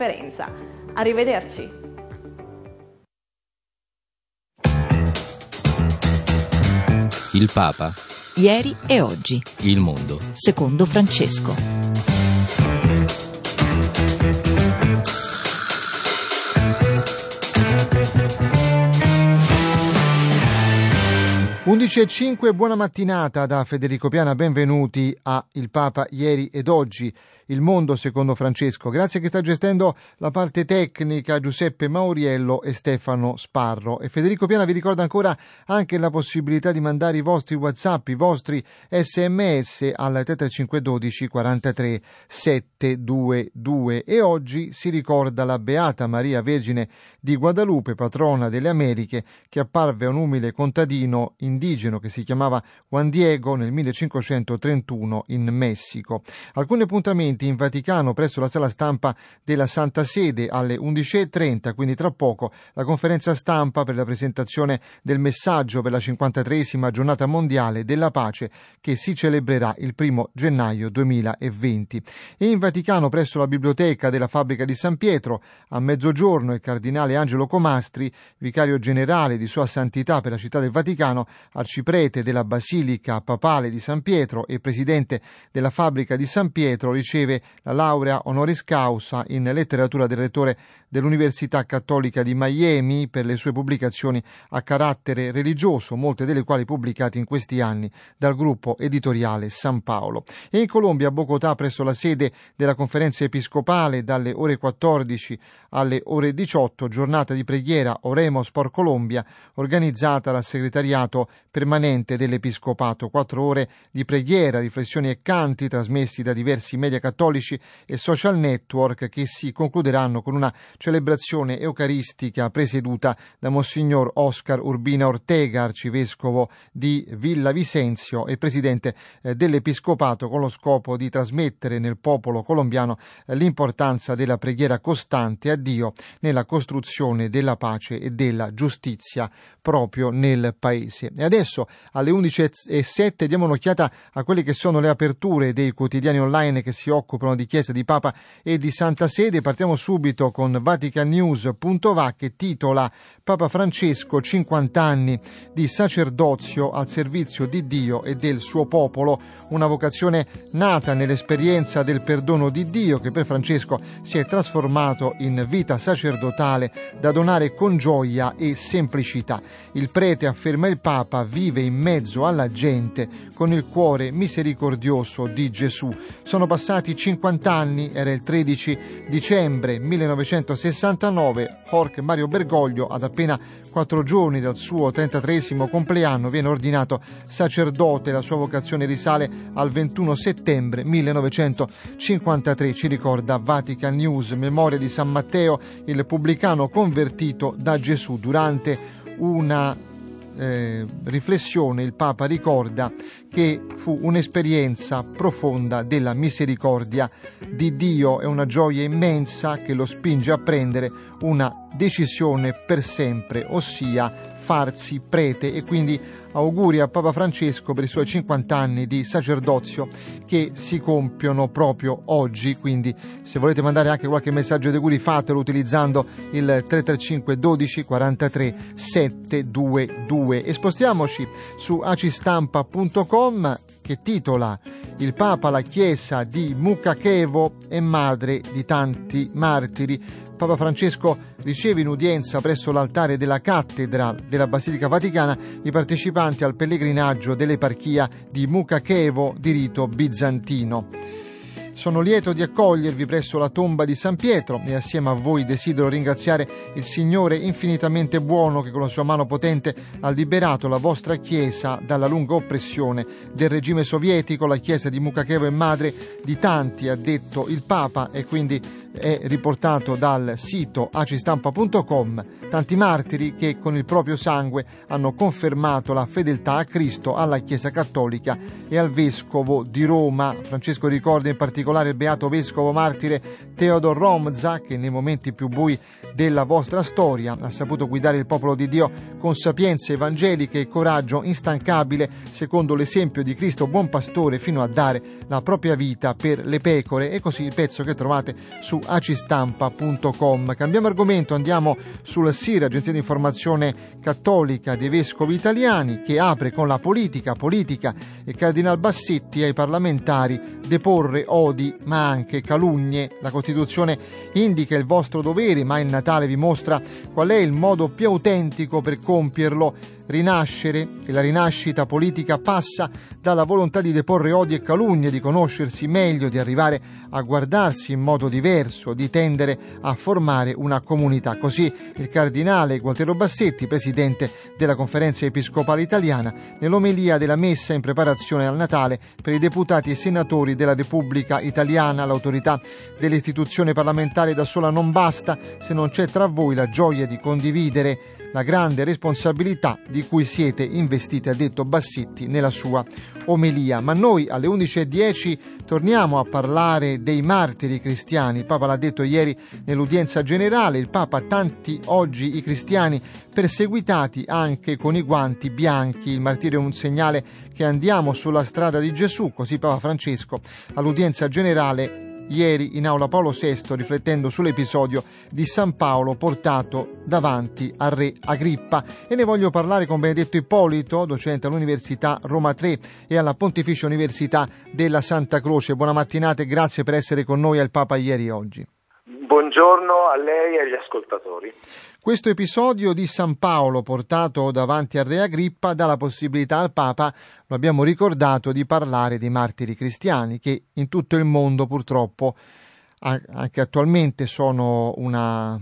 Ferenza. Arrivederci. Il Papa. Ieri e oggi. Il mondo. Secondo Francesco. 11:05, buona mattinata da Federico Piana, benvenuti a Il Papa Ieri ed Oggi, il mondo secondo Francesco. Grazie che sta gestendo la parte tecnica Giuseppe Mauriello e Stefano Sparro. E Federico Piana vi ricorda ancora anche la possibilità di mandare i vostri WhatsApp, i vostri SMS al 33512 43 722. E oggi si ricorda la Beata Maria Vergine di Guadalupe, patrona delle Americhe, che apparve a un umile contadino indigeno che si chiamava Juan Diego nel 1531 in Messico. Alcuni appuntamenti in Vaticano presso la sala stampa della Santa Sede alle 11:30, quindi tra poco la conferenza stampa per la presentazione del messaggio per la 53esima giornata mondiale della pace che si celebrerà il 1 gennaio 2020. E in Vaticano presso la biblioteca della Fabbrica di San Pietro a mezzogiorno il cardinale Angelo Comastri, vicario generale di Sua Santità per la Città del Vaticano, arciprete della Basilica Papale di San Pietro e presidente della Fabbrica di San Pietro, riceve la laurea honoris causa in letteratura del rettore dell'Università Cattolica di Miami per le sue pubblicazioni a carattere religioso, molte delle quali pubblicate in questi anni dal gruppo editoriale San Paolo. E in Colombia, a Bogotà, presso la sede della Conferenza Episcopale, dalle ore 14 alle ore 18, giornata di preghiera Oremos por Colombia, organizzata dal segretariato permanente dell'Episcopato. 4 ore di preghiera, riflessioni e canti trasmessi da diversi media cattolici e social network che si concluderanno con una celebrazione eucaristica presieduta da Monsignor Oscar Urbina Ortega, arcivescovo di Villavicencio e presidente dell'Episcopato, con lo scopo di trasmettere nel popolo colombiano l'importanza della preghiera costante a Dio nella costruzione della pace e della giustizia proprio nel paese. E adesso alle 11:07 diamo un'occhiata a quelle che sono le aperture dei quotidiani online che si occupano di Chiesa, di Papa e di Santa Sede. Partiamo subito con vaticannews.va che titola Papa Francesco 50 anni di sacerdozio al servizio di Dio e del suo popolo, una vocazione nata nell'esperienza del perdono di Dio che per Francesco si è trasformato in vita sacerdotale da donare con gioia e semplicità. Il prete, afferma il Papa, vive in mezzo alla gente con il cuore misericordioso di Gesù. Sono passati 50 anni, era il 13 dicembre 1969, Jorge Mario Bergoglio, ad appena 4 giorni dal suo 33esimo compleanno, viene ordinato sacerdote. La sua vocazione risale al 21 settembre 1953, ci ricorda Vatican News. Memoria di San Matteo, il pubblicano convertito da Gesù. Durante una riflessione il Papa ricorda che fu un'esperienza profonda della misericordia di Dio e una gioia immensa che lo spinge a prendere una decisione per sempre, ossia farsi prete. E quindi auguri a Papa Francesco per i suoi 50 anni di sacerdozio che si compiono proprio oggi. Quindi se volete mandare anche qualche messaggio di auguri, fatelo utilizzando il 335 12 43 722. E spostiamoci su acistampa.com che titola Il Papa, la Chiesa di Mukachevo è madre di tanti martiri. Papa Francesco riceve in udienza presso l'altare della cattedra della Basilica Vaticana i partecipanti al pellegrinaggio dell'eparchia di Mukachevo di rito bizantino. Sono lieto di accogliervi presso la tomba di San Pietro e assieme a voi desidero ringraziare il Signore infinitamente buono che con la sua mano potente ha liberato la vostra Chiesa dalla lunga oppressione del regime sovietico. La Chiesa di Mukachevo è madre di tanti, ha detto il Papa, e quindi è riportato dal sito acistampa.com tanti martiri che con il proprio sangue hanno confermato la fedeltà a Cristo, alla Chiesa Cattolica e al Vescovo di Roma. Francesco ricorda in particolare il beato Vescovo martire Teodor Romza, che nei momenti più bui della vostra storia ha saputo guidare il popolo di Dio con sapienza evangelica e coraggio instancabile, secondo l'esempio di Cristo buon pastore, fino a dare la propria vita per le pecore. E così il pezzo che trovate su acistampa.com. Cambiamo argomento, andiamo sul SIR, Agenzia di Informazione Cattolica dei Vescovi Italiani, che apre con la politica e Cardinal Bassetti ai parlamentari deporre odi ma anche calunnie. La Costituzione indica il vostro dovere, ma il Natale vi mostra qual è il modo più autentico per compierlo: rinascere. E la rinascita politica passa dalla volontà di deporre odi e calunnie, di conoscersi meglio, di arrivare a guardarsi in modo diverso, di tendere a formare una comunità. Così il cardinale Gualtiero Bassetti, presidente della Conferenza Episcopale Italiana, nell'omelia della messa in preparazione al Natale per i deputati e senatori della Repubblica Italiana. L'autorità dell'istituzione parlamentare da sola non basta se non c'è tra voi la gioia di condividere la grande responsabilità di cui siete investiti, ha detto Bassetti nella sua omelia. Ma noi alle 11:10 torniamo a parlare dei martiri cristiani. Il Papa l'ha detto ieri nell'udienza generale. Il Papa: tanti oggi i cristiani perseguitati anche con i guanti bianchi. Il martirio è un segnale che andiamo sulla strada di Gesù, così Papa Francesco all'udienza generale ieri in aula Paolo VI, riflettendo sull'episodio di San Paolo portato davanti al re Agrippa. E ne voglio parlare con Benedetto Ippolito, docente all'Università Roma 3 e alla Pontificia Università della Santa Croce. Buona mattinata e grazie per essere con noi al Papa Ieri e Oggi. Buongiorno a lei e agli ascoltatori. Questo episodio di San Paolo portato davanti al re Agrippa dà la possibilità al Papa, lo abbiamo ricordato, di parlare dei martiri cristiani che in tutto il mondo purtroppo anche attualmente sono una,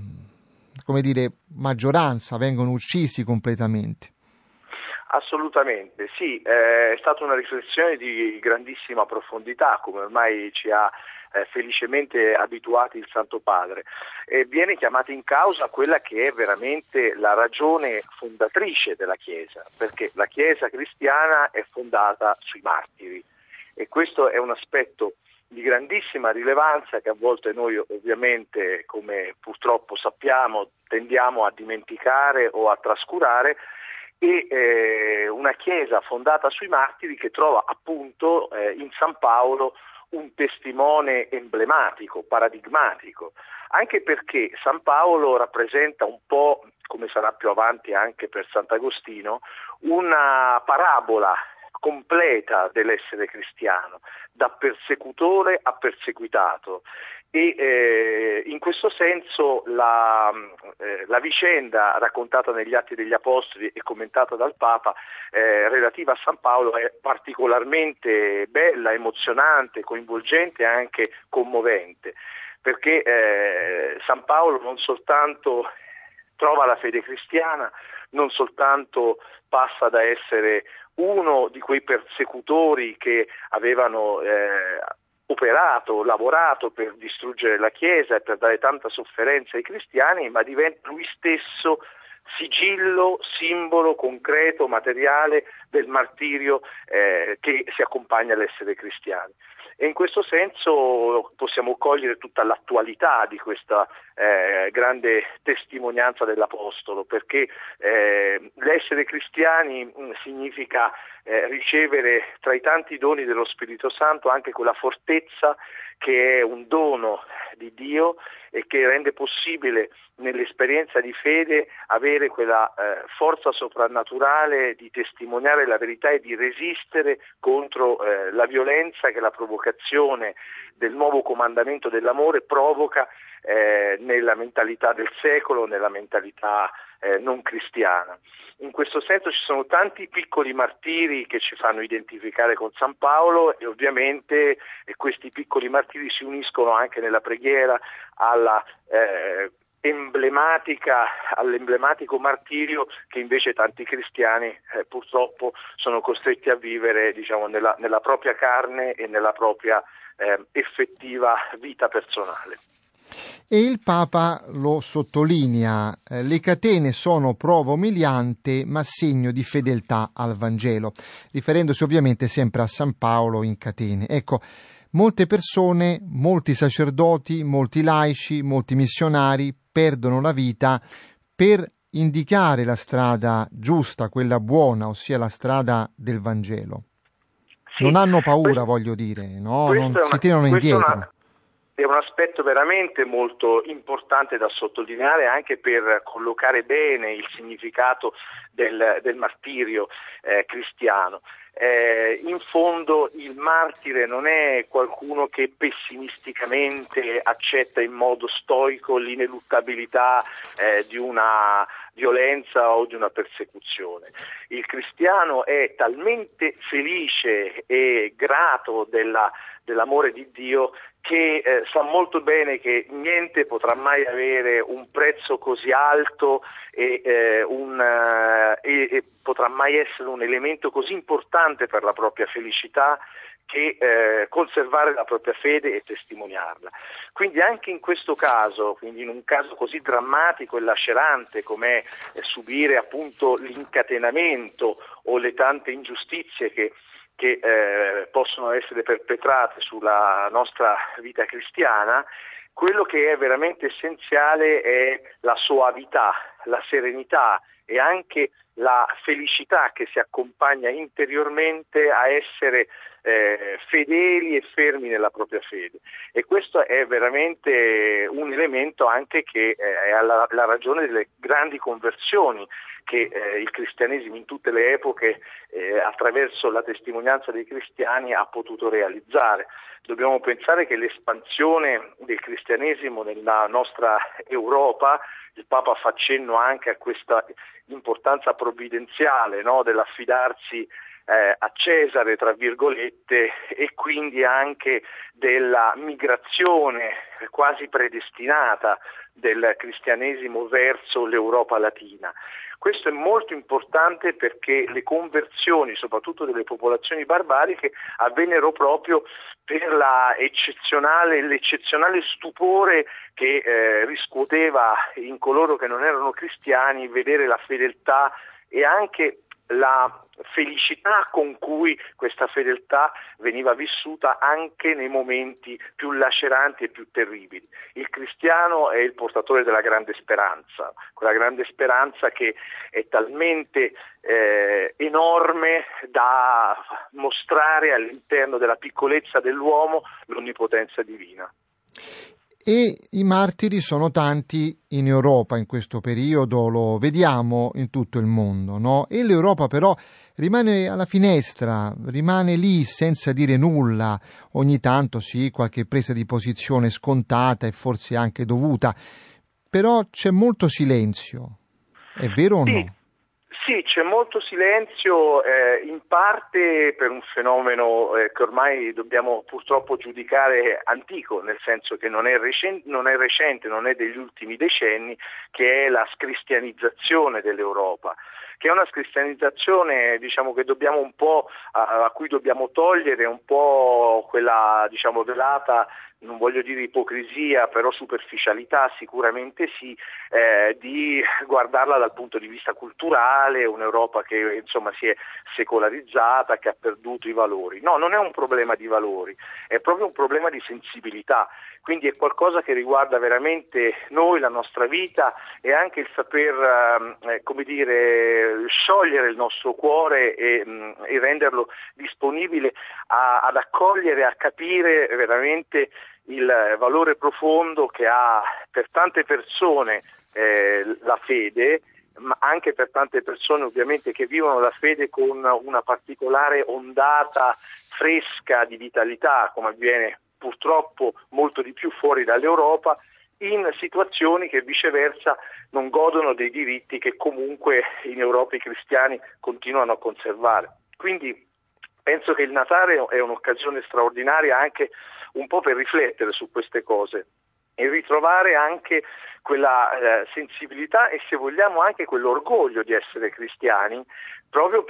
maggioranza, vengono uccisi completamente. Assolutamente, sì, è stata una riflessione di grandissima profondità, come ormai ci ha felicemente abituati il Santo Padre, e viene chiamata in causa quella che è veramente la ragione fondatrice della Chiesa, perché la Chiesa cristiana è fondata sui martiri, e questo è un aspetto di grandissima rilevanza che a volte noi ovviamente, come purtroppo sappiamo, tendiamo a dimenticare o a trascurare, e una Chiesa fondata sui martiri che trova appunto in San Paolo un testimone emblematico, paradigmatico, anche perché San Paolo rappresenta un po', come sarà più avanti anche per Sant'Agostino, una parabola completa dell'essere cristiano, da persecutore a perseguitato. E in questo senso la vicenda raccontata negli Atti degli Apostoli e commentata dal Papa relativa a San Paolo è particolarmente bella, emozionante, coinvolgente e anche commovente, perché San Paolo non soltanto trova la fede cristiana, non soltanto passa da essere uno di quei persecutori che avevano lavorato per distruggere la Chiesa e per dare tanta sofferenza ai cristiani, ma diventa lui stesso sigillo, simbolo concreto, materiale del martirio che si accompagna all'essere cristiani. E in questo senso possiamo cogliere tutta l'attualità di questa grande testimonianza dell'Apostolo, perché l'essere cristiani significa ricevere tra i tanti doni dello Spirito Santo anche quella fortezza che è un dono di Dio e che rende possibile nell'esperienza di fede avere quella forza soprannaturale di testimoniare la verità e di resistere contro la violenza che la provocazione del nuovo comandamento dell'amore provoca nella mentalità del secolo, nella mentalità non cristiana. In questo senso ci sono tanti piccoli martiri che ci fanno identificare con San Paolo, e ovviamente questi piccoli martiri si uniscono anche nella preghiera all'emblematico martirio che invece tanti cristiani purtroppo sono costretti a vivere, nella propria carne e nella propria effettiva vita personale. E il Papa lo sottolinea, le catene sono prova umiliante ma segno di fedeltà al Vangelo, riferendosi ovviamente sempre a San Paolo in catene. Ecco, molte persone, molti sacerdoti, molti laici, molti missionari perdono la vita per indicare la strada giusta, quella buona, ossia la strada del Vangelo. Sì, non hanno paura, voglio dire, no? Non si tirano indietro. È un aspetto veramente molto importante da sottolineare, anche per collocare bene il significato del martirio cristiano. In fondo il martire non è qualcuno che pessimisticamente accetta in modo stoico l'ineluttabilità di una violenza o di una persecuzione. Il cristiano è talmente felice e grato dell'amore di Dio che sa molto bene che niente potrà mai avere un prezzo così alto e potrà mai essere un elemento così importante per la propria felicità che conservare la propria fede e testimoniarla. Quindi anche in questo caso, quindi in un caso così drammatico e lacerante come subire appunto l'incatenamento o le tante ingiustizie che possono essere perpetrate sulla nostra vita cristiana, quello che è veramente essenziale è la soavità, la serenità e anche la felicità che si accompagna interiormente a essere fedeli e fermi nella propria fede. E questo è veramente un elemento anche che è la ragione delle grandi conversioni che il cristianesimo in tutte le epoche attraverso la testimonianza dei cristiani ha potuto realizzare. Dobbiamo pensare che l'espansione del cristianesimo nella nostra Europa, il Papa fa cenno anche a questa importanza provvidenziale, no, dell'affidarsi a Cesare, tra virgolette, e quindi anche della migrazione quasi predestinata del cristianesimo verso l'Europa latina. Questo è molto importante perché le conversioni, soprattutto delle popolazioni barbariche, avvennero proprio per l'eccezionale stupore che riscuoteva in coloro che non erano cristiani vedere la fedeltà e anche la felicità con cui questa fedeltà veniva vissuta anche nei momenti più laceranti e più terribili. Il cristiano è il portatore della grande speranza, quella grande speranza che è talmente enorme da mostrare all'interno della piccolezza dell'uomo l'onnipotenza divina. E i martiri sono tanti in Europa in questo periodo, lo vediamo in tutto il mondo, no? E l'Europa però rimane alla finestra, rimane lì senza dire nulla, ogni tanto sì, qualche presa di posizione scontata e forse anche dovuta, però c'è molto silenzio, è vero o no? Sì, c'è molto silenzio, in parte per un fenomeno che ormai dobbiamo purtroppo giudicare antico, nel senso che non è recente, non è degli ultimi decenni, che è la scristianizzazione dell'Europa, che è una scristianizzazione, diciamo, che dobbiamo un po' a cui dobbiamo togliere un po' quella, diciamo, velata, non voglio dire ipocrisia, però superficialità sicuramente sì, di guardarla dal punto di vista culturale, un'Europa che insomma si è secolarizzata, che ha perduto i valori. No, non è un problema di valori, è proprio un problema di sensibilità, quindi è qualcosa che riguarda veramente noi, la nostra vita e anche il saper, sciogliere il nostro cuore e renderlo disponibile ad accogliere, a capire veramente il valore profondo che ha per tante persone la fede, ma anche per tante persone ovviamente che vivono la fede con una particolare ondata fresca di vitalità, come avviene purtroppo molto di più fuori dall'Europa, in situazioni che viceversa non godono dei diritti che comunque in Europa i cristiani continuano a conservare. Quindi penso che il Natale è un'occasione straordinaria anche un po' per riflettere su queste cose e ritrovare anche quella sensibilità e, se vogliamo, anche quell'orgoglio di essere cristiani, proprio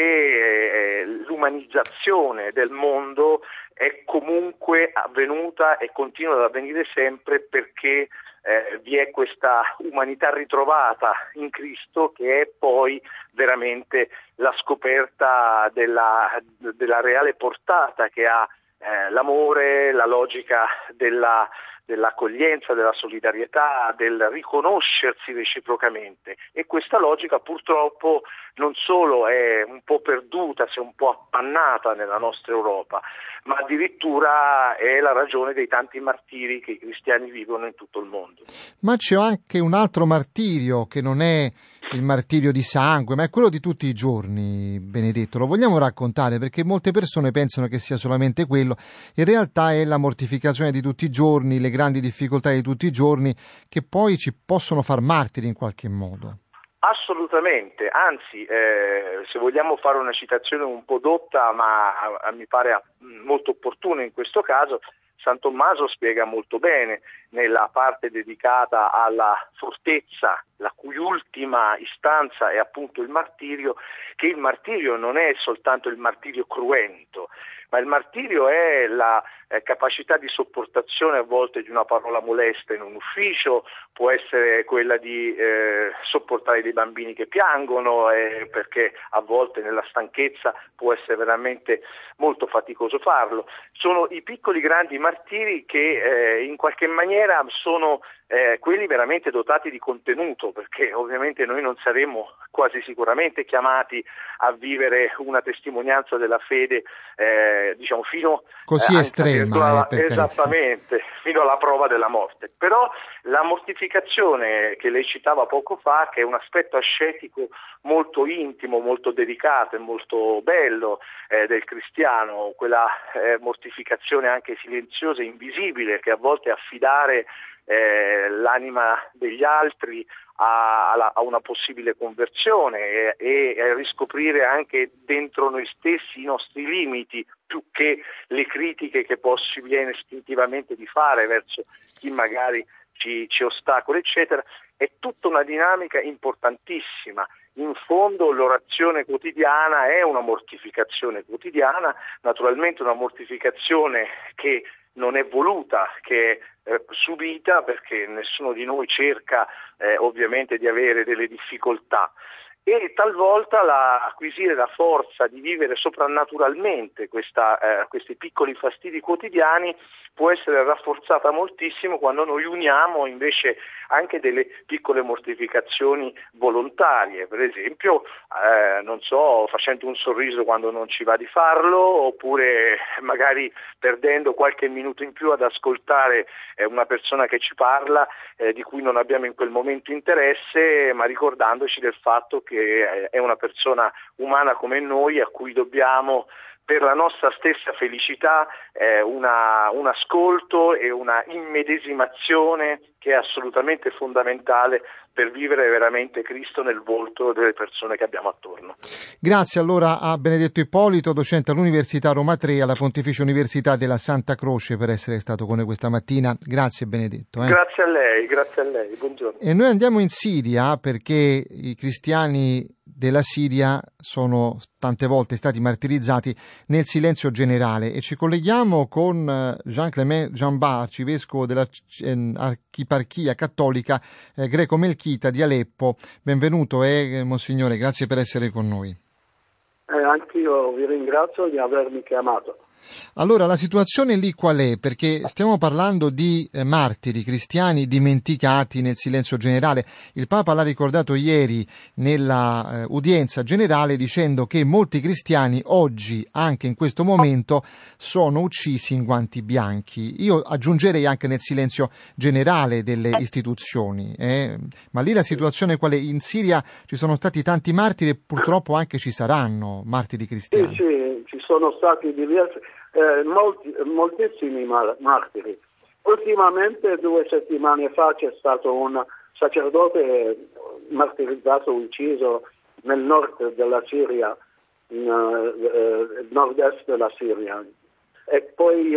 perché l'umanizzazione del mondo è comunque avvenuta e continua ad avvenire sempre perché vi è questa umanità ritrovata in Cristo, che è poi veramente la scoperta della reale portata che ha l'amore, la logica dell'accoglienza, della solidarietà, del riconoscersi reciprocamente. E questa logica purtroppo non solo è un po' perduta, si è un po' appannata nella nostra Europa, ma addirittura è la ragione dei tanti martiri che i cristiani vivono in tutto il mondo. Ma c'è anche un altro martirio che non è il martirio di sangue, ma è quello di tutti i giorni, Benedetto. Lo vogliamo raccontare? Perché molte persone pensano che sia solamente quello. In realtà è la mortificazione di tutti i giorni, le grandi difficoltà di tutti i giorni, che poi ci possono far martiri in qualche modo. Assolutamente, anzi, se vogliamo fare una citazione un po' dotta, ma mi pare molto opportuna in questo caso, San Tommaso spiega molto bene nella parte dedicata alla fortezza, la cui ultima istanza è appunto il martirio, che il martirio non è soltanto il martirio cruento, ma il martirio è la capacità di sopportazione a volte di una parola molesta in un ufficio, può essere quella di sopportare dei bambini che piangono, perché a volte nella stanchezza può essere veramente molto faticoso farlo. Sono i piccoli grandi martiri che in qualche maniera sono quelli veramente dotati di contenuto, perché ovviamente noi non saremo quasi sicuramente chiamati a vivere una testimonianza della fede fino così estrema, esattamente, fino alla prova della morte. Però la mortificazione che lei citava poco fa, che è un aspetto ascetico molto intimo, molto delicato e molto bello del cristiano, quella mortificazione anche silenziosa e invisibile, che a volte affidare l'anima degli altri a una possibile conversione e riscoprire anche dentro noi stessi i nostri limiti, più che le critiche che poi si viene istintivamente di fare verso chi magari ci ostacola, eccetera. È tutta una dinamica importantissima. In fondo l'orazione quotidiana è una mortificazione quotidiana, naturalmente una mortificazione che non è voluta, che è subita, perché nessuno di noi cerca ovviamente di avere delle difficoltà, e talvolta acquisire la forza di vivere soprannaturalmente questi piccoli fastidi quotidiani può essere rafforzata moltissimo quando noi uniamo invece anche delle piccole mortificazioni volontarie, per esempio facendo un sorriso quando non ci va di farlo, oppure magari perdendo qualche minuto in più ad ascoltare una persona che ci parla di cui non abbiamo in quel momento interesse, ma ricordandoci del fatto che è una persona umana come noi, a cui dobbiamo, per la nostra stessa felicità, un ascolto e una immedesimazione che è assolutamente fondamentale per vivere veramente Cristo nel volto delle persone che abbiamo attorno. Grazie allora a Benedetto Ippolito, docente all'Università Roma III, alla Pontificia Università della Santa Croce, per essere stato con noi questa mattina. Grazie Benedetto. Grazie a lei, buongiorno. E noi andiamo in Siria perché i cristiani della Siria sono tante volte stati martirizzati nel silenzio generale, e ci colleghiamo con Jean-Clément Jeanbart, arcivescovo dell'Archiparchia Cattolica Greco-Melchita di Aleppo. Benvenuto Monsignore, grazie per essere con noi. Anch'io vi ringrazio di avermi chiamato. Allora, la situazione lì qual è? Perché stiamo parlando di martiri cristiani dimenticati nel silenzio generale. Il Papa l'ha ricordato ieri nella udienza generale, dicendo che molti cristiani oggi, anche in questo momento, sono uccisi in guanti bianchi. Io aggiungerei anche nel silenzio generale delle istituzioni. Ma lì la situazione qual è? In Siria ci sono stati tanti martiri e purtroppo anche ci saranno martiri cristiani. Sì, ci sono stati moltissimi martiri. Ultimamente, 2 settimane fa, c'è stato un sacerdote martirizzato, ucciso nel nord della Siria, nord-est della Siria. e poi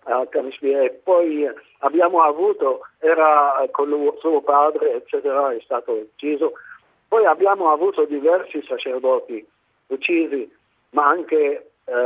abbiamo avuto, era con suo padre, eccetera, è stato ucciso. Poi abbiamo avuto diversi sacerdoti uccisi, ma anche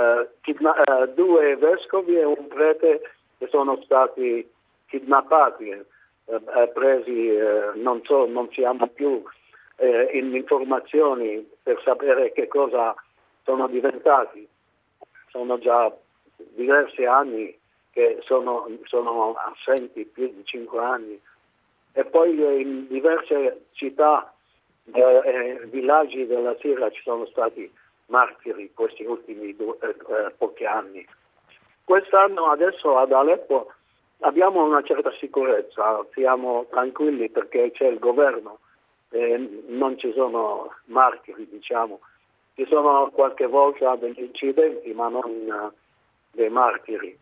2 vescovi e un prete che sono stati kidnappati, presi, non siamo più in informazioni per sapere che cosa sono diventati. Sono già diversi anni che sono assenti, più di 5 anni. E poi in diverse città e villaggi della Siria ci sono stati martiri questi ultimi pochi anni. Quest'anno adesso ad Aleppo abbiamo una certa sicurezza, siamo tranquilli perché c'è il governo e non ci sono martiri, diciamo. Ci sono qualche volta degli incidenti, ma non dei martiri.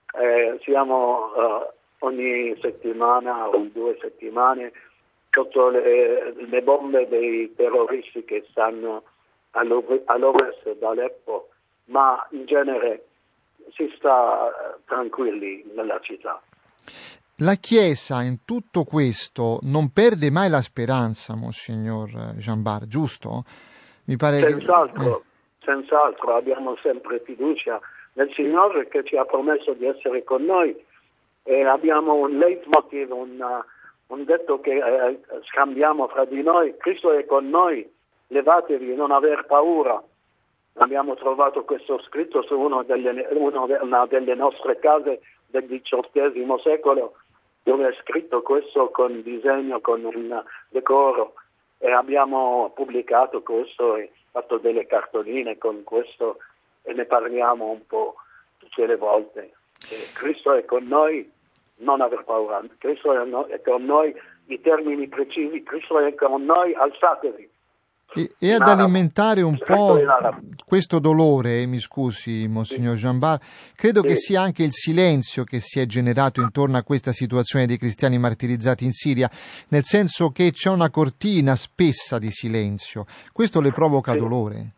Siamo ogni settimana o 2 settimane sotto le bombe dei terroristi che stanno all'ovest d'Aleppo, ma in genere si sta tranquilli nella città. La Chiesa in tutto questo non perde mai la speranza, Monsignor Jean-Bart, giusto? Mi pare Senz'altro abbiamo sempre fiducia nel Signore che ci ha promesso di essere con noi e abbiamo un leitmotiv, un detto che scambiamo fra di noi: Cristo è con noi, levatevi, non aver paura. Abbiamo trovato questo scritto su una delle nostre case del XVIII secolo, dove è scritto questo con disegno, con un decoro, e abbiamo pubblicato questo e fatto delle cartoline con questo e ne parliamo un po' tutte le volte. Cristo è con noi, non aver paura. Cristo è con noi, i termini precisi: Cristo è con noi, alzatevi. E ad alimentare un po' questo dolore, mi scusi Monsignor Jean-Bart, credo che sia anche il silenzio che si è generato intorno a questa situazione dei cristiani martirizzati in Siria, nel senso che c'è una cortina spessa di silenzio. Questo le provoca dolore?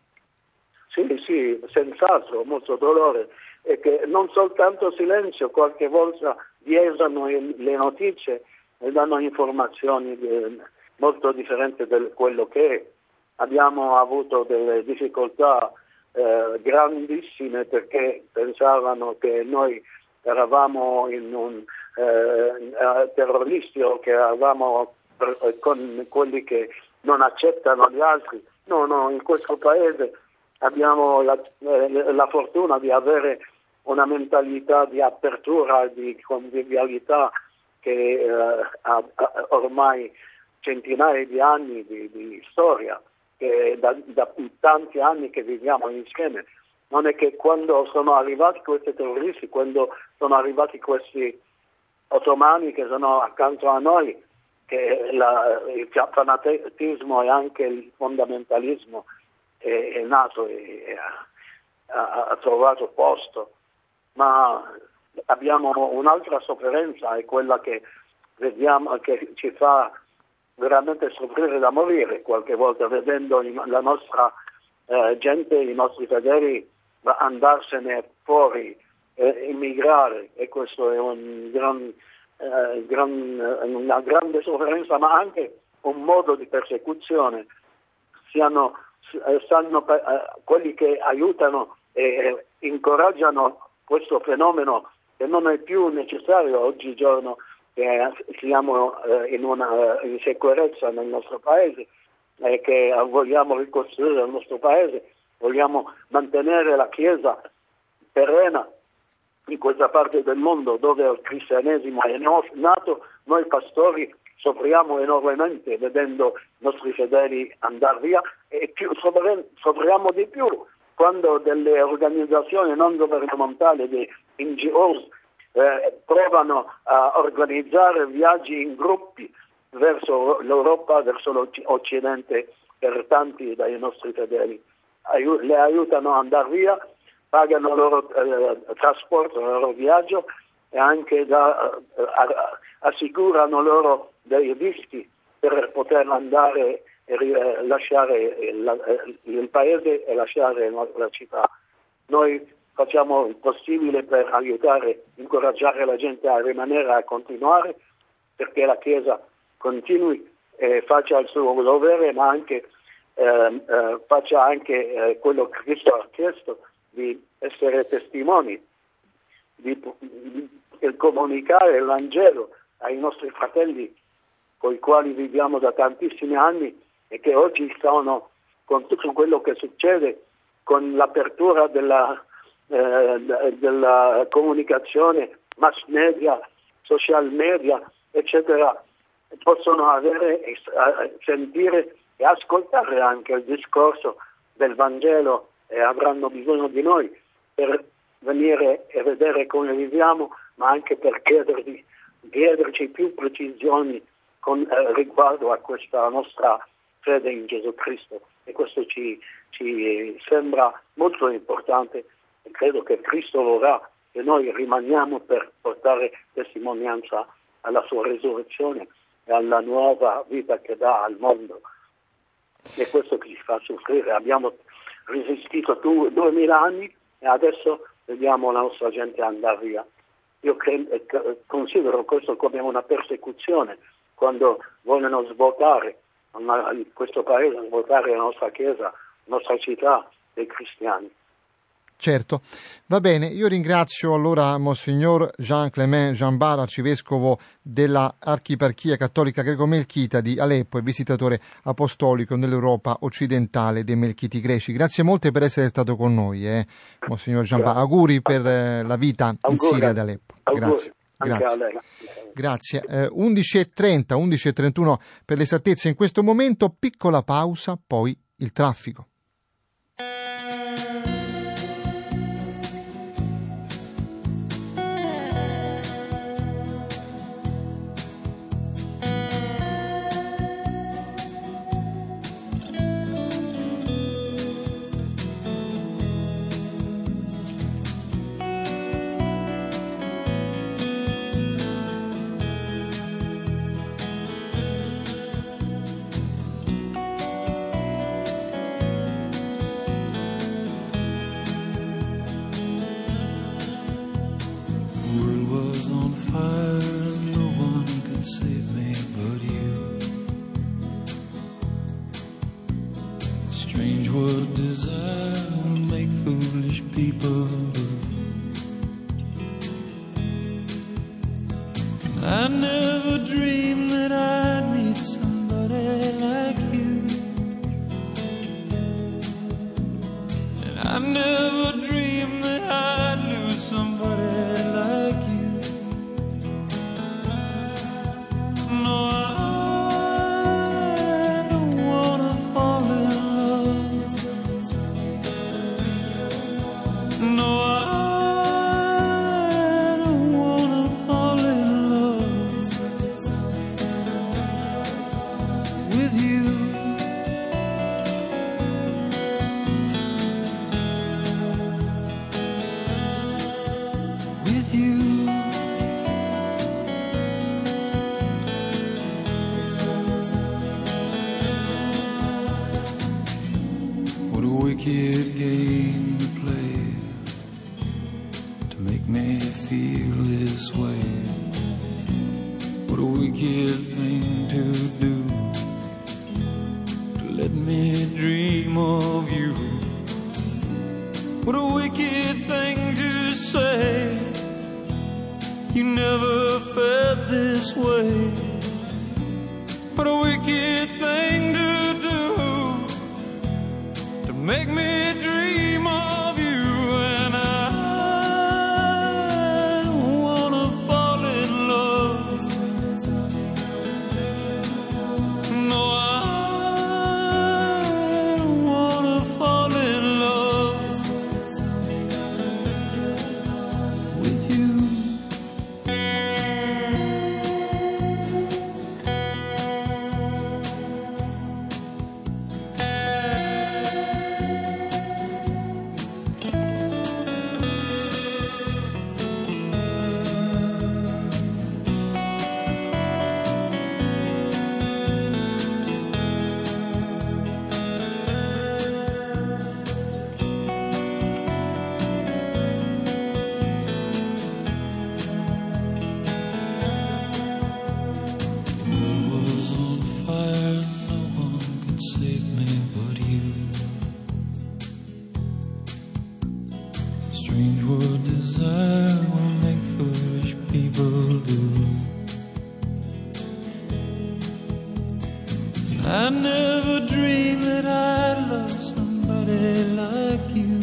Sì, senz'altro, molto dolore. E che non soltanto silenzio, qualche volta biasano le notizie e danno informazioni molto differenti da quello che è. Abbiamo avuto delle difficoltà grandissime perché pensavano che noi eravamo in un terroristi o che eravamo con quelli che non accettano gli altri. No, in questo paese abbiamo la fortuna di avere una mentalità di apertura, di convivialità che ha ormai centinaia di anni di storia. Da tanti anni che viviamo insieme. Non è che quando sono arrivati questi terroristi, quando sono arrivati questi ottomani che sono accanto a noi, che il fanatismo e anche il fondamentalismo è nato e ha trovato posto. Ma abbiamo un'altra sofferenza, è quella che vediamo, che ci fa veramente soffrire da morire qualche volta, vedendo la nostra gente, i nostri fedeli andarsene fuori, immigrare, e questo è una grande sofferenza, ma anche un modo di persecuzione. Sanno quelli che aiutano e incoraggiano questo fenomeno, che non è più necessario oggigiorno che siamo in sicurezza nel nostro paese e che vogliamo ricostruire il nostro paese, vogliamo mantenere la Chiesa perenne in questa parte del mondo dove il cristianesimo è nato. Noi pastori soffriamo enormemente vedendo i nostri fedeli andare via e soffriamo di più quando delle organizzazioni non governamentali, di NGOs, provano a organizzare viaggi in gruppi verso l'Europa, verso l'Occidente, per tanti dai nostri fedeli. Le aiutano ad andare via, pagano il loro trasporto, il loro viaggio e anche assicurano loro dei visti per poter andare e lasciare il paese e lasciare la città. Noi facciamo il possibile per aiutare, incoraggiare la gente a rimanere, a continuare, perché la Chiesa continui e faccia il suo dovere, ma anche faccia anche quello che Cristo ha chiesto, di essere testimoni, di comunicare il Vangelo ai nostri fratelli con i quali viviamo da tantissimi anni e che oggi stanno, con tutto quello che succede, con l'apertura della comunicazione, mass media, social media, eccetera, possono avere, sentire e ascoltare anche il discorso del Vangelo e avranno bisogno di noi per venire e vedere come viviamo, ma anche per chiederci più precisioni con riguardo a questa nostra fede in Gesù Cristo, e questo ci sembra molto importante, e credo che Cristo vorrà che noi rimaniamo per portare testimonianza alla sua risurrezione e alla nuova vita che dà al mondo. E questo che ci fa soffrire. Abbiamo resistito 2000 anni e adesso vediamo la nostra gente andare via. Io considero questo come una persecuzione, quando vogliono svuotare questo paese, svuotare la nostra Chiesa, la nostra città dei cristiani. Certo, va bene, io ringrazio allora Monsignor Jean-Clément Jean-Bar, arcivescovo della Archieparchia Cattolica Greco-Melchita di Aleppo e visitatore apostolico nell'Europa occidentale dei Melchiti greci. Grazie molte per essere stato con noi, Monsignor Jean-Bar. Auguri per la vita in Siria ed Aleppo. Grazie. Grazie. 11.30, 11.31 per l'esattezza in questo momento, piccola pausa, poi il traffico. I never dreamed that I'd meet somebody like you, and I never dreamed that I'd lose somebody like you. No, I don't wanna fall in love. No, wicked game to play to make me feel this way. What a wicked thing to do, to let me dream of you. What a wicked thing to say, you never felt this way. What a wicked thing to do, make me dream of you, and I don't wanna fall in love. No, I don't wanna fall in love with you. I never dreamed that I'd love somebody like you.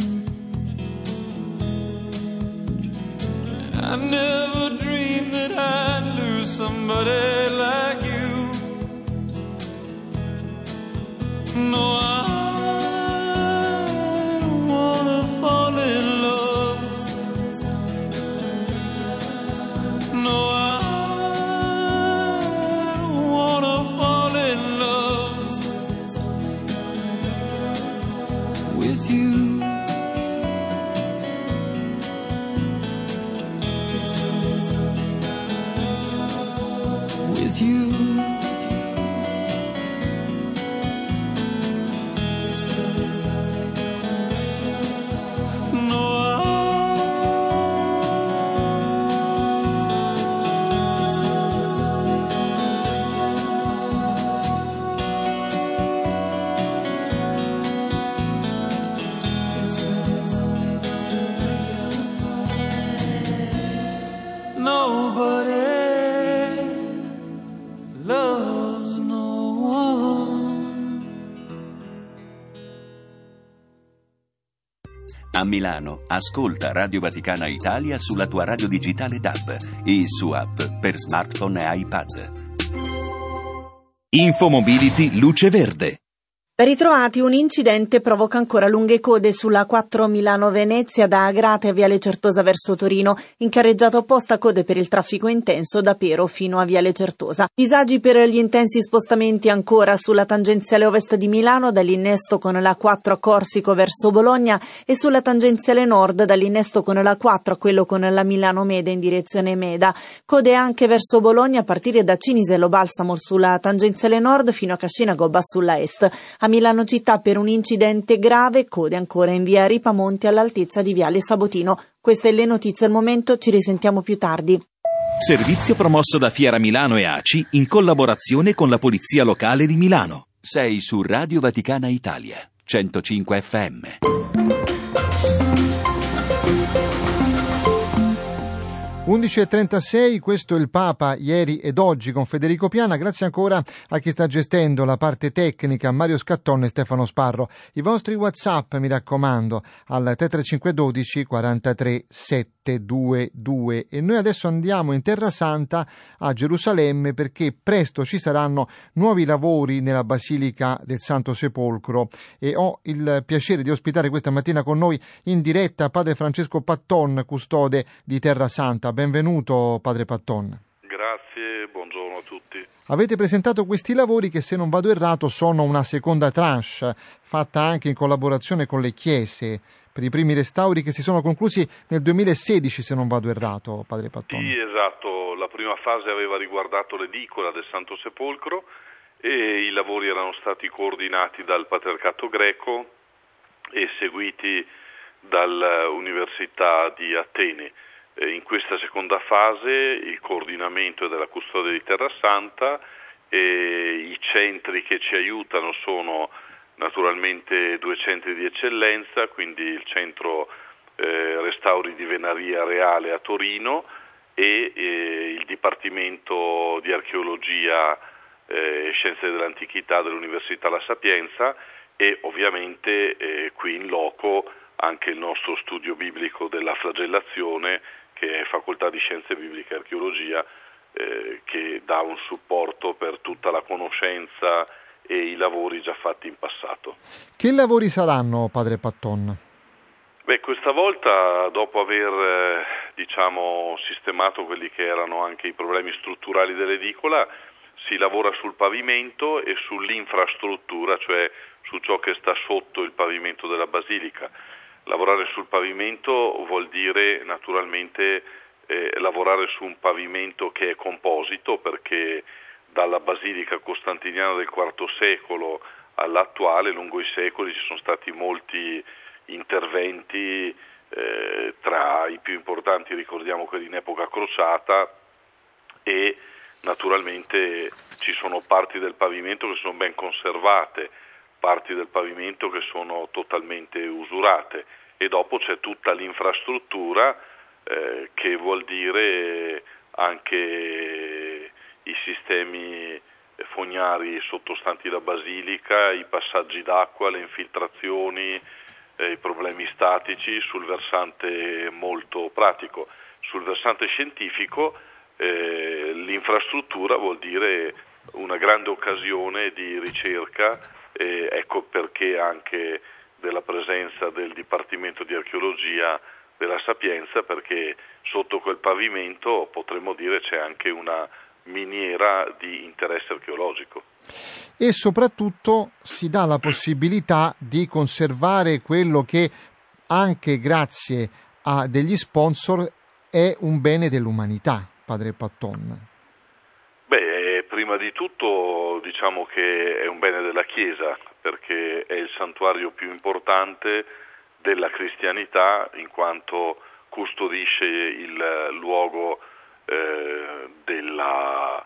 I never dreamed that I'd lose somebody like you. No, I don't wanna fall in love. No, I don't wanna fall in love with you. With you. Nobody loves no one. A Milano, ascolta Radio Vaticana Italia sulla tua radio digitale DAB e su app per smartphone e iPad. Infomobility Luce Verde. Ben ritrovati, un incidente provoca ancora lunghe code sulla 4 Milano-Venezia da Agrate a Viale Certosa verso Torino, in carreggiata opposta code per il traffico intenso da Pero fino a Viale Certosa. Disagi per gli intensi spostamenti ancora sulla tangenziale ovest di Milano dall'innesto con la 4 a Corsico verso Bologna e sulla tangenziale nord dall'innesto con la 4 a quello con la Milano-Meda in direzione Meda. Code anche verso Bologna a partire da Cinisello Balsamo sulla tangenziale nord fino a Cascina Gobba sulla est. A Milano città per un incidente grave, code ancora in via Ripamonti all'altezza di Viale Sabotino. Queste le notizie al momento, ci risentiamo più tardi. Servizio promosso da Fiera Milano e ACI in collaborazione con la Polizia Locale di Milano. Sei su Radio Vaticana Italia, 105 FM. 11.36, questo è il Papa ieri ed oggi con Federico Piana. Grazie ancora a chi sta gestendo la parte tecnica, Mario Scatton e Stefano Sparro. I vostri WhatsApp, mi raccomando, al 33512 43 722. E noi adesso andiamo in Terra Santa a Gerusalemme perché presto ci saranno nuovi lavori nella Basilica del Santo Sepolcro e ho il piacere di ospitare questa mattina con noi in diretta Padre Francesco Patton, custode di Terra Santa. Benvenuto Padre Patton. Grazie, buongiorno a tutti. Avete presentato questi lavori che, se non vado errato, sono una seconda tranche fatta anche in collaborazione con le chiese per i primi restauri che si sono conclusi nel 2016, se non vado errato, Padre Patton. Sì, esatto, la prima fase aveva riguardato l'edicola del Santo Sepolcro e i lavori erano stati coordinati dal Patriarcato greco e seguiti dall'Università di Atene. In questa seconda fase il coordinamento è della Custodia di Terra Santa e i centri che ci aiutano sono naturalmente 2 centri di eccellenza, quindi il centro Restauri di Venaria Reale a Torino e il Dipartimento di Archeologia e Scienze dell'Antichità dell'Università La Sapienza e ovviamente qui in loco anche il nostro studio biblico della flagellazione, che è Facoltà di Scienze Bibliche e Archeologia, che dà un supporto per tutta la conoscenza e i lavori già fatti in passato. Che lavori saranno, Padre Patton? Questa volta, dopo aver sistemato quelli che erano anche i problemi strutturali dell'edicola, si lavora sul pavimento e sull'infrastruttura, cioè su ciò che sta sotto il pavimento della basilica. Lavorare sul pavimento vuol dire naturalmente lavorare su un pavimento che è composito, perché dalla basilica costantiniana del IV secolo all'attuale, lungo i secoli, ci sono stati molti interventi, tra i più importanti ricordiamo quelli in epoca crociata, e naturalmente ci sono parti del pavimento che sono ben conservate, parti del pavimento che sono totalmente usurate, e dopo c'è tutta l'infrastruttura che vuol dire anche i sistemi fognari sottostanti la basilica, i passaggi d'acqua, le infiltrazioni, i problemi statici sul versante molto pratico. Sul versante scientifico l'infrastruttura vuol dire una grande occasione di ricerca, ecco perché anche della presenza del Dipartimento di Archeologia della Sapienza, perché sotto quel pavimento potremmo dire c'è anche una miniera di interesse archeologico. E soprattutto si dà la possibilità di conservare quello che anche grazie a degli sponsor è un bene dell'umanità, padre Patton. Prima di tutto diciamo che è un bene della Chiesa, perché è il santuario più importante della cristianità, in quanto custodisce il luogo della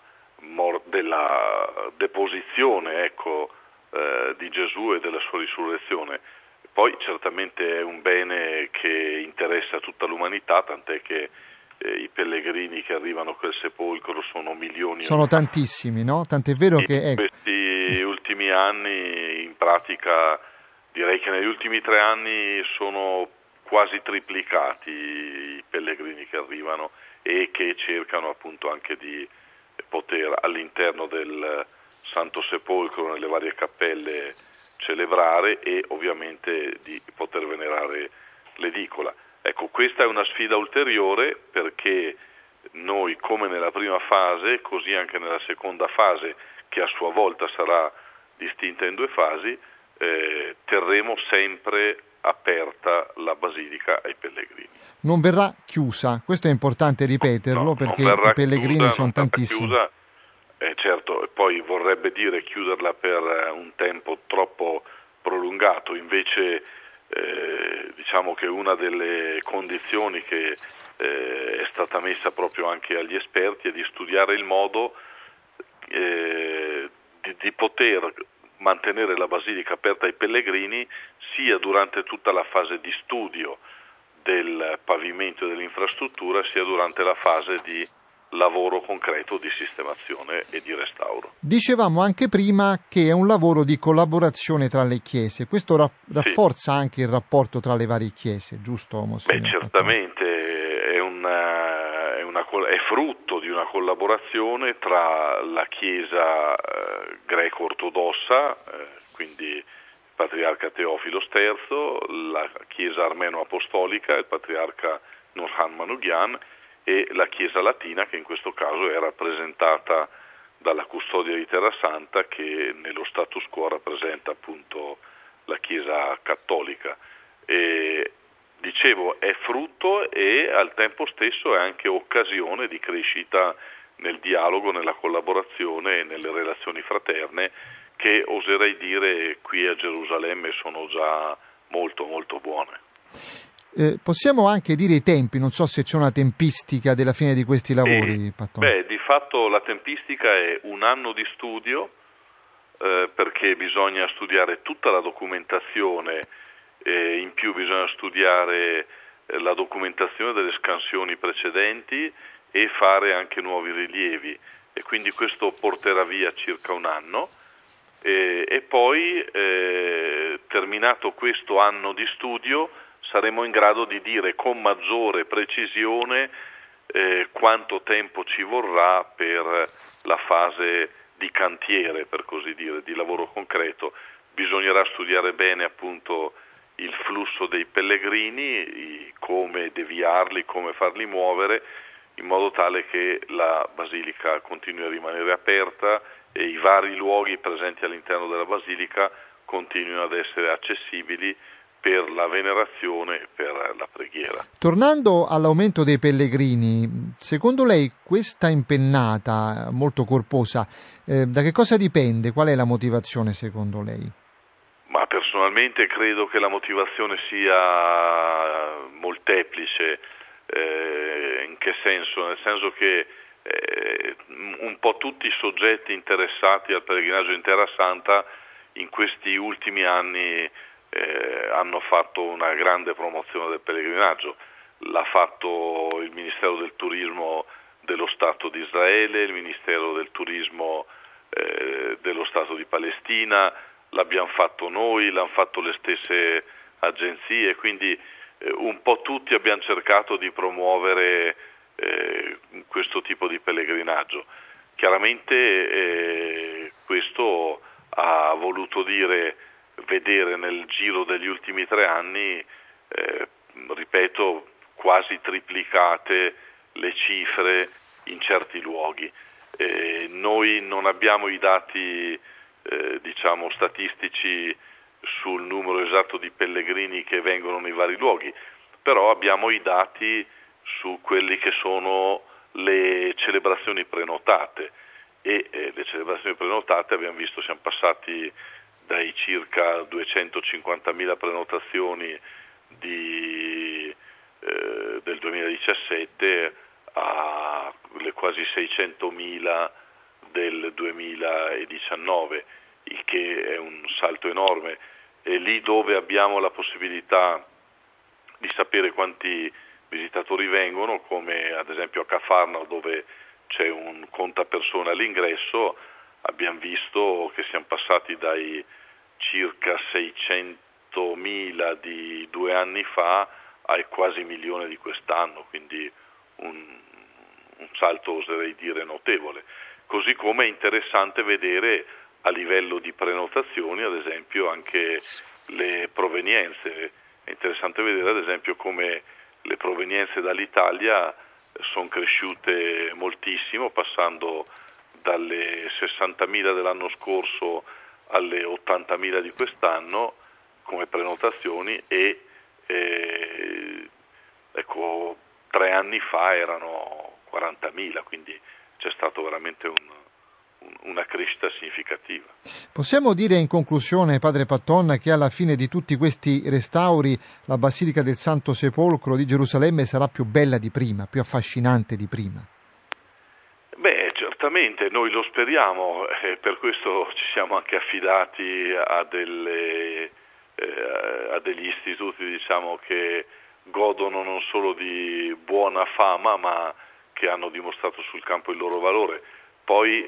deposizione di Gesù e della sua risurrezione. Poi certamente è un bene che interessa tutta l'umanità, tant'è che i pellegrini che arrivano a quel sepolcro sono milioni. Sono tantissimi, no? Tant'è vero che in questi ultimi anni, in pratica, direi che negli ultimi 3 anni sono quasi triplicati i pellegrini che arrivano e che cercano appunto anche di poter all'interno del Santo Sepolcro, nelle varie cappelle, celebrare e ovviamente di poter venerare l'edicola. Ecco, questa è una sfida ulteriore, perché noi, come nella prima fase, così anche nella seconda fase, che a sua volta sarà distinta in 2 fasi, terremo sempre aperta la basilica ai pellegrini. Non verrà chiusa, questo è importante ripeterlo, perché i pellegrini sono tantissimi. Chiusa, certo, e poi vorrebbe dire chiuderla per un tempo troppo prolungato, invece diciamo che una delle condizioni che è stata messa proprio anche agli esperti è di studiare il modo di poter mantenere la basilica aperta ai pellegrini sia durante tutta la fase di studio del pavimento e dell'infrastruttura, sia durante la fase di lavoro concreto di sistemazione e di restauro. Dicevamo anche prima che è un lavoro di collaborazione tra le chiese, questo rafforza anche il rapporto tra le varie chiese, giusto? Certamente è frutto di una collaborazione tra la Chiesa greco-ortodossa, quindi il patriarca Teofilo III, la Chiesa armeno-apostolica, il patriarca Nurhan Manukyan, e la Chiesa latina, che in questo caso è rappresentata dalla Custodia di Terra Santa, che nello status quo rappresenta appunto la Chiesa cattolica. E dicevo, è frutto e al tempo stesso è anche occasione di crescita nel dialogo, nella collaborazione e nelle relazioni fraterne, che oserei dire qui a Gerusalemme sono già molto molto buone. Possiamo anche dire i tempi, non so se c'è una tempistica della fine di questi lavori, Patton. Di fatto la tempistica è 1 anno di studio, perché bisogna studiare tutta la documentazione, in più bisogna studiare la documentazione delle scansioni precedenti e fare anche nuovi rilievi, e quindi questo porterà via circa 1 anno. E poi terminato questo anno di studio saremo in grado di dire con maggiore precisione quanto tempo ci vorrà per la fase di cantiere, per così dire, di lavoro concreto. Bisognerà studiare bene appunto il flusso dei pellegrini, come deviarli, come farli muovere, in modo tale che la basilica continui a rimanere aperta e i vari luoghi presenti all'interno della basilica continuino ad essere accessibili per la venerazione e per la preghiera. Tornando all'aumento dei pellegrini, secondo lei questa impennata molto corposa, da che cosa dipende? Qual è la motivazione secondo lei? Ma personalmente credo che la motivazione sia molteplice. In che senso? Nel senso che un po' tutti i soggetti interessati al pellegrinaggio in Terra Santa in questi ultimi anni hanno fatto una grande promozione del pellegrinaggio. L'ha fatto il Ministero del Turismo dello Stato di Israele, il Ministero del Turismo dello Stato di Palestina, l'abbiamo fatto noi, l'hanno fatto le stesse agenzie, quindi un po' tutti abbiamo cercato di promuovere questo tipo di pellegrinaggio. Chiaramente questo ha voluto dire vedere nel giro degli ultimi 3 anni, ripeto, quasi triplicate le cifre in certi luoghi. Noi non abbiamo i dati statistici sul numero esatto di pellegrini che vengono nei vari luoghi, però abbiamo i dati su quelli che sono le celebrazioni prenotate e le celebrazioni prenotate abbiamo visto, siamo passati dai circa 250.000 prenotazioni del 2017 alle quasi 600.000 del 2019, il che è un salto enorme. E lì dove abbiamo la possibilità di sapere quanti visitatori vengono, come ad esempio a Cafarnao, dove c'è un contapersone all'ingresso, abbiamo visto che siamo passati dai circa 600.000 di 2 anni fa ai quasi 1 milione di quest'anno, quindi un salto, oserei dire, notevole. Così come è interessante vedere a livello di prenotazioni, ad esempio, anche le provenienze. È interessante vedere, ad esempio, come le provenienze dall'Italia sono cresciute moltissimo, passando dalle 60.000 dell'anno scorso alle 80.000 di quest'anno come prenotazioni e 3 anni fa erano 40.000, quindi c'è stato veramente una crescita significativa. Possiamo dire in conclusione, padre Patton, che alla fine di tutti questi restauri la Basilica del Santo Sepolcro di Gerusalemme sarà più bella di prima, più affascinante di prima? Beh, certamente, noi lo speriamo, per questo ci siamo anche affidati a degli istituti, diciamo, che godono non solo di buona fama, ma che hanno dimostrato sul campo il loro valore. Poi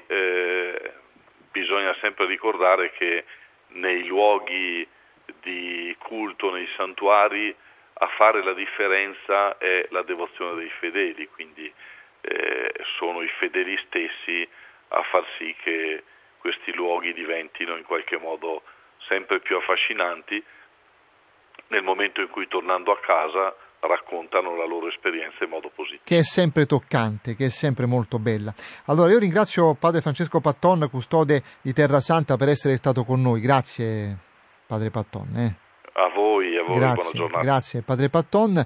bisogna sempre ricordare che nei luoghi di culto, nei santuari, a fare la differenza è la devozione dei fedeli, quindi sono i fedeli stessi a far sì che questi luoghi diventino in qualche modo sempre più affascinanti nel momento in cui, tornando a casa, raccontano la loro esperienza in modo positivo. Che è sempre toccante, che è sempre molto bella. Allora io ringrazio padre Francesco Patton, custode di Terra Santa, per essere stato con noi. Grazie padre Patton. A voi, grazie, buona giornata. Grazie padre Patton.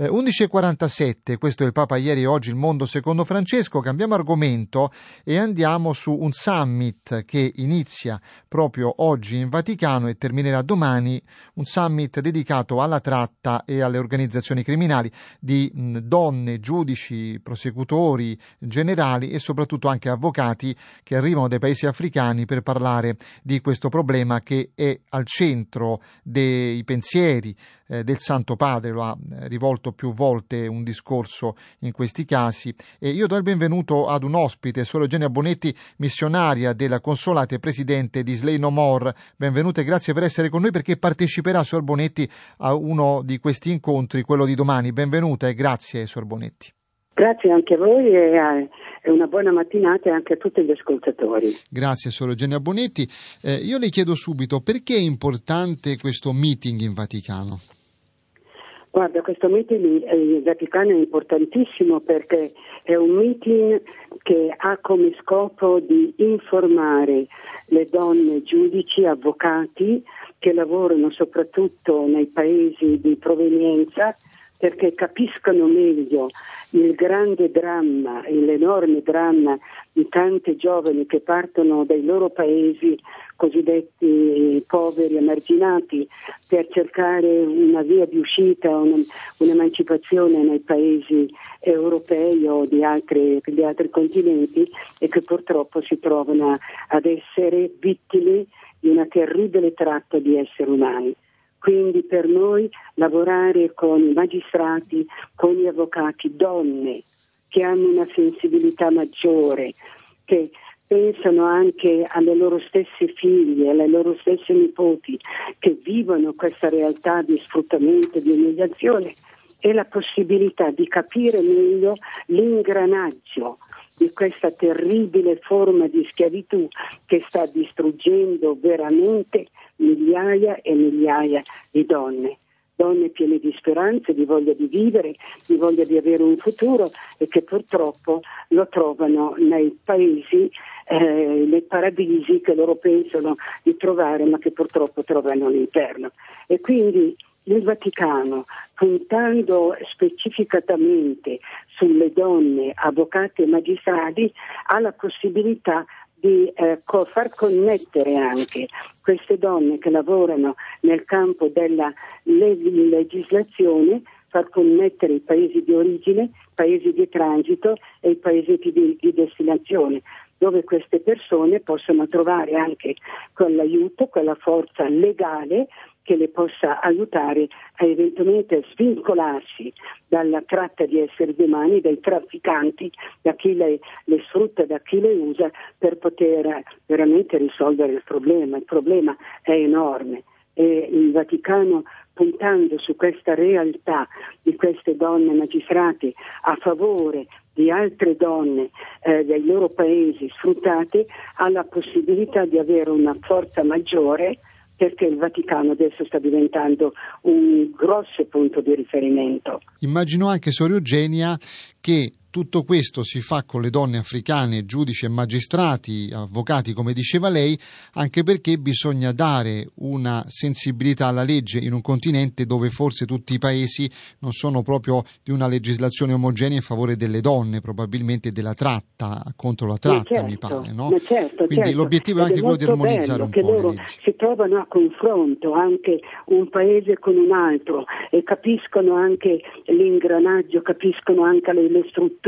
11.47, questo è il Papa Ieri e Oggi, il mondo secondo Francesco. Cambiamo argomento e andiamo su un summit che inizia proprio oggi in Vaticano e terminerà domani, un summit dedicato alla tratta e alle organizzazioni criminali di donne, giudici, prosecutori generali e soprattutto anche avvocati che arrivano dai paesi africani per parlare di questo problema che è al centro dei pensieri del Santo Padre. Lo ha rivolto più volte un discorso in questi casi, e io do il benvenuto ad un ospite, Suor Eugenia Bonetti, missionaria della Consolata e presidente di Slay No More. Benvenuta e grazie per essere con noi, perché parteciperà, Suor Bonetti, a uno di questi incontri, quello di domani. Benvenuta e grazie, Suor Bonetti. Grazie anche a voi e una buona mattinata anche a tutti gli ascoltatori. Grazie, Suor Eugenia Bonetti. Io le chiedo subito, perché è importante questo meeting in Vaticano? Guarda, questo meeting in Vaticano è importantissimo perché è un meeting che ha come scopo di informare le donne giudici, avvocati che lavorano soprattutto nei paesi di provenienza, perché capiscano meglio il grande dramma e l'enorme dramma di tante giovani che partono dai loro paesi cosiddetti poveri, emarginati, per cercare una via di uscita, un'emancipazione nei paesi europei o di altri continenti, e che purtroppo si trovano ad essere vittime di una terribile tratta di esseri umani. Quindi per noi lavorare con i magistrati, con gli avvocati, donne che hanno una sensibilità maggiore, che pensano anche alle loro stesse figlie, alle loro stesse nipoti che vivono questa realtà di sfruttamento, di umiliazione, e la possibilità di capire meglio l'ingranaggio di questa terribile forma di schiavitù che sta distruggendo veramente migliaia e migliaia di donne piene di speranze, di voglia di vivere, di voglia di avere un futuro, e che purtroppo lo trovano nei paesi, nei paradisi che loro pensano di trovare, ma che purtroppo trovano all'interno. E quindi il Vaticano, puntando specificatamente sulle donne, avvocati e magistrati, ha la possibilità di far connettere anche queste donne che lavorano nel campo della legislazione, far connettere i paesi di origine, i paesi di transito e i paesi di destinazione, dove queste persone possono trovare anche quell'aiuto, quella forza legale che le possa aiutare a eventualmente svincolarsi dalla tratta di esseri umani, dai trafficanti, da chi le sfrutta, da chi le usa, per poter veramente risolvere il problema. Il problema è enorme e il Vaticano, puntando su questa realtà di queste donne magistrati a favore di altre donne dei loro paesi sfruttate, ha la possibilità di avere una forza maggiore, perché il Vaticano adesso sta diventando un grosso punto di riferimento. Immagino anche, Sor Eugenia, che tutto questo si fa con le donne africane, giudici e magistrati, avvocati, come diceva lei, anche perché bisogna dare una sensibilità alla legge in un continente dove forse tutti i paesi non sono proprio di una legislazione omogenea in favore delle donne, probabilmente della tratta, contro la tratta, certo, mi pare, no? Quindi l'obiettivo è anche quello di armonizzare un po' le leggi. Loro si trovano a confronto anche un paese con un altro e capiscono anche l'ingranaggio, capiscono anche le strutture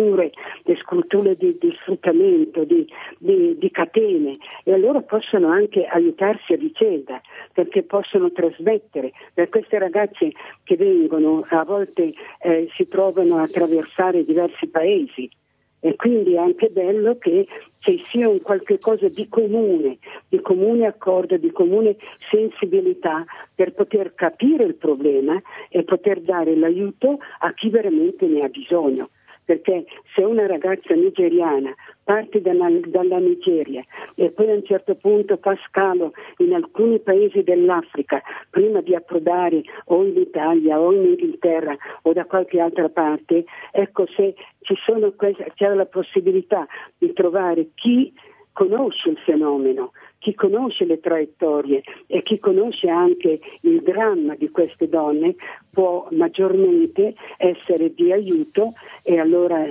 di sfruttamento, di catene, e allora possono anche aiutarsi a vicenda, perché possono trasmettere. Per queste ragazze che vengono, a volte si trovano a attraversare diversi paesi, e quindi è anche bello che ci sia un qualche cosa di comune accordo, di comune sensibilità, per poter capire il problema e poter dare l'aiuto a chi veramente ne ha bisogno. Perché se una ragazza nigeriana parte dalla Nigeria e poi a un certo punto fa scalo in alcuni paesi dell'Africa prima di approdare o in Italia o in Inghilterra o da qualche altra parte, ecco, se c'è la possibilità di trovare chi conosce il fenomeno, chi conosce le traiettorie e chi conosce anche il dramma di queste donne, può maggiormente essere di aiuto, e allora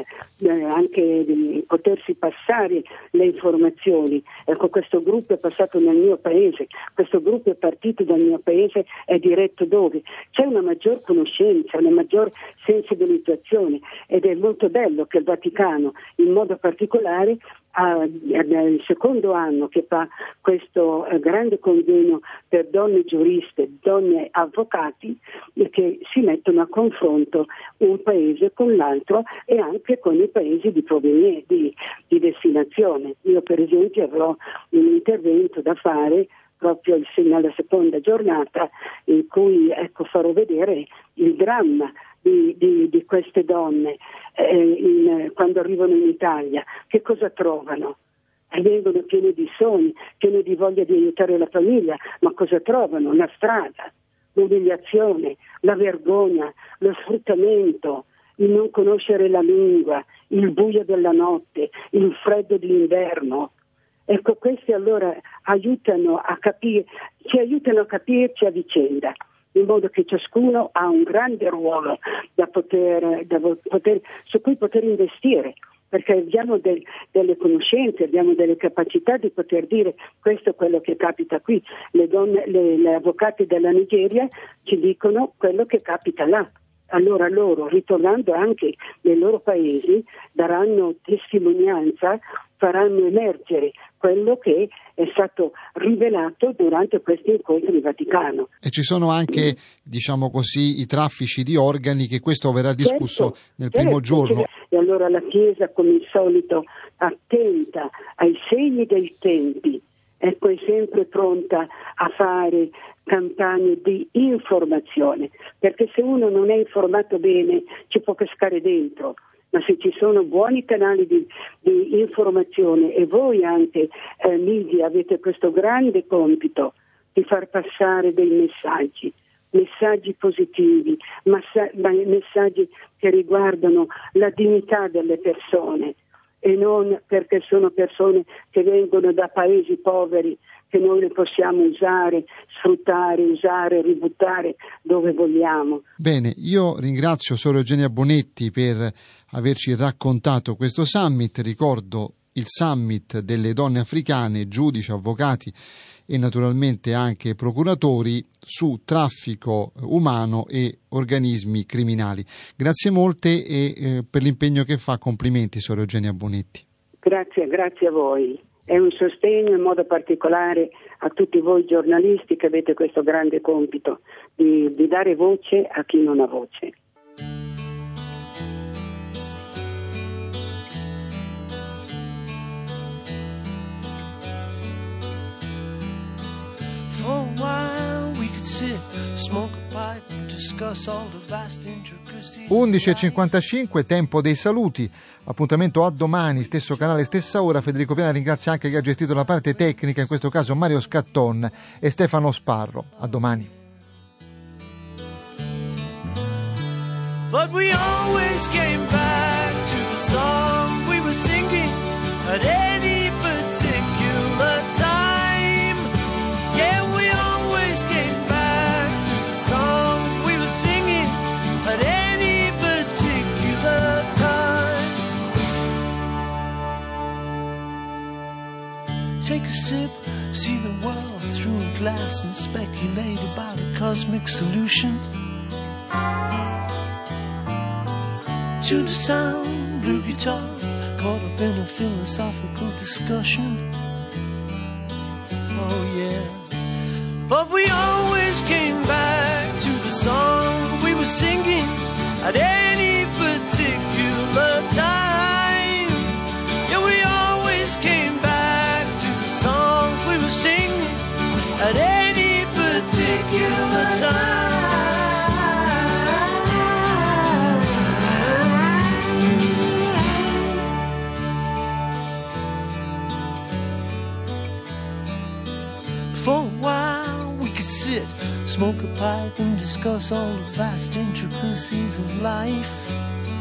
anche potersi passare le informazioni. Ecco, questo gruppo è passato nel mio paese, questo gruppo è partito dal mio paese, è diretto dove c'è una maggior conoscenza, una maggior sensibilizzazione, ed è molto bello che il Vaticano, in modo particolare, nel secondo anno che fa questo grande convegno per donne giuriste, donne avvocati, che si mettono a confronto un paese con l'altro e anche con i paesi di destinazione. Io per esempio avrò un intervento da fare proprio nella seconda giornata, in cui farò vedere il dramma di queste donne quando arrivano in Italia. Che cosa trovano? Vengono piene di sogni, piene di voglia di aiutare la famiglia, ma cosa trovano? La strada, l'umiliazione, la vergogna, lo sfruttamento, il non conoscere la lingua, il buio della notte, il freddo d'inverno. Ecco, questi allora aiutano a capirci a vicenda, in modo che ciascuno ha un grande ruolo su cui poter investire, perché abbiamo delle conoscenze, abbiamo delle capacità di poter dire questo è quello che capita qui. Le avvocate della Nigeria ci dicono quello che capita là. Allora loro, ritornando anche nei loro paesi, daranno testimonianza, faranno emergere quello che è stato rivelato durante questi incontri in Vaticano. E ci sono anche, diciamo così, i traffici di organi, che questo verrà discusso nel primo giorno. E allora la Chiesa, come al solito, attenta ai segni dei tempi, ecco, è sempre pronta a fare campagne di informazione, perché se uno non è informato bene ci può cascare dentro, ma se ci sono buoni canali di informazione, e voi anche media avete questo grande compito di far passare dei messaggi positivi, messaggi che riguardano la dignità delle persone, e non perché sono persone che vengono da paesi poveri che noi le possiamo usare, sfruttare, ributtare dove vogliamo. Bene, io ringrazio Sor Eugenia Bonetti per averci raccontato questo summit. Ricordo il summit delle donne africane, giudici, avvocati e naturalmente anche procuratori su traffico umano e organismi criminali. Grazie molte e per l'impegno che fa, complimenti Sor Eugenia Bonetti. Grazie a voi. È un sostegno in modo particolare a tutti voi giornalisti che avete questo grande compito di dare voce a chi non ha voce. For a while we could sit, smoke a pipe, discuss all the vast intricacies. 11.55, tempo dei saluti. Appuntamento a domani, stesso canale, stessa ora. Federico Piana ringrazia anche chi ha gestito la parte tecnica, in questo caso Mario Scatton e Stefano Sparro. A domani. But we always came back to the song we were singing at any particular time. Yeah, we always came back to the song we were singing at any particular time. Take a sip, see the world through a glass and speculate about a cosmic solution. To the sound, blue guitar, caught up in a philosophical discussion. Oh yeah. But we always came back to the song we were singing at any particular time. Yeah, we always came back to the song we were singing at any particular time. For a while we could sit, smoke a pipe and discuss all the vast intricacies of life.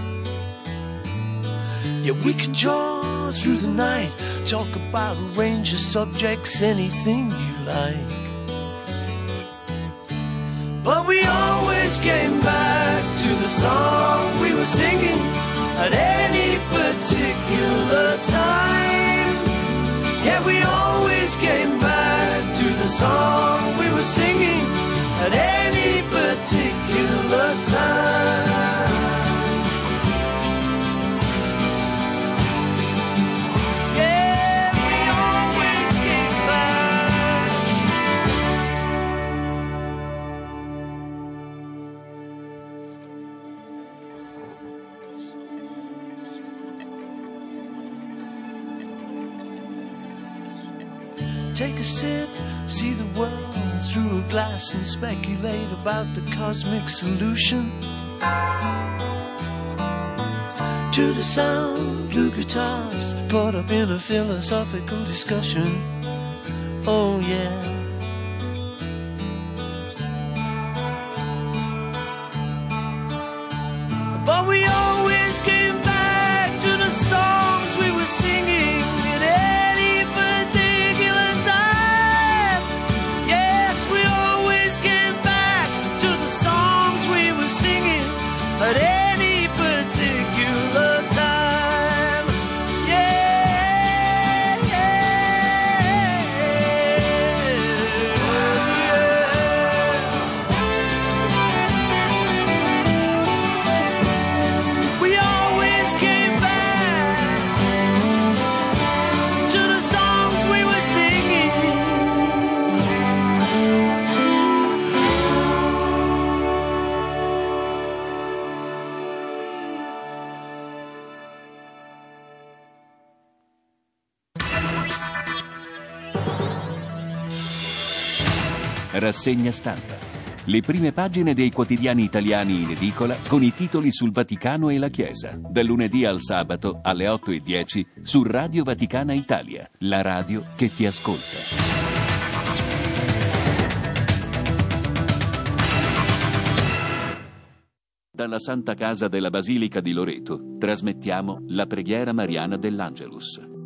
Yeah, we could jaw through the night, talk about a range of subjects, anything you like. But we always came back to the song we were singing at any particular time. Yeah, we always came back to the song we were singing at any particular time. Yeah, we always came back. Take a sip, see the world through a glass and speculate about the cosmic solution. To the sound, blue guitars, caught up in a philosophical discussion. Oh yeah. But we always came back to the songs we were singing at any particular time. Yes, we always came back to the songs we were singing at any particular time. Yeah, yeah, yeah. Rassegna stampa. Le prime pagine dei quotidiani italiani in edicola con i titoli sul Vaticano e la Chiesa. Dal lunedì al sabato alle 8:10 su Radio Vaticana Italia, la radio che ti ascolta. Dalla Santa Casa della Basilica di Loreto trasmettiamo la preghiera mariana dell'Angelus.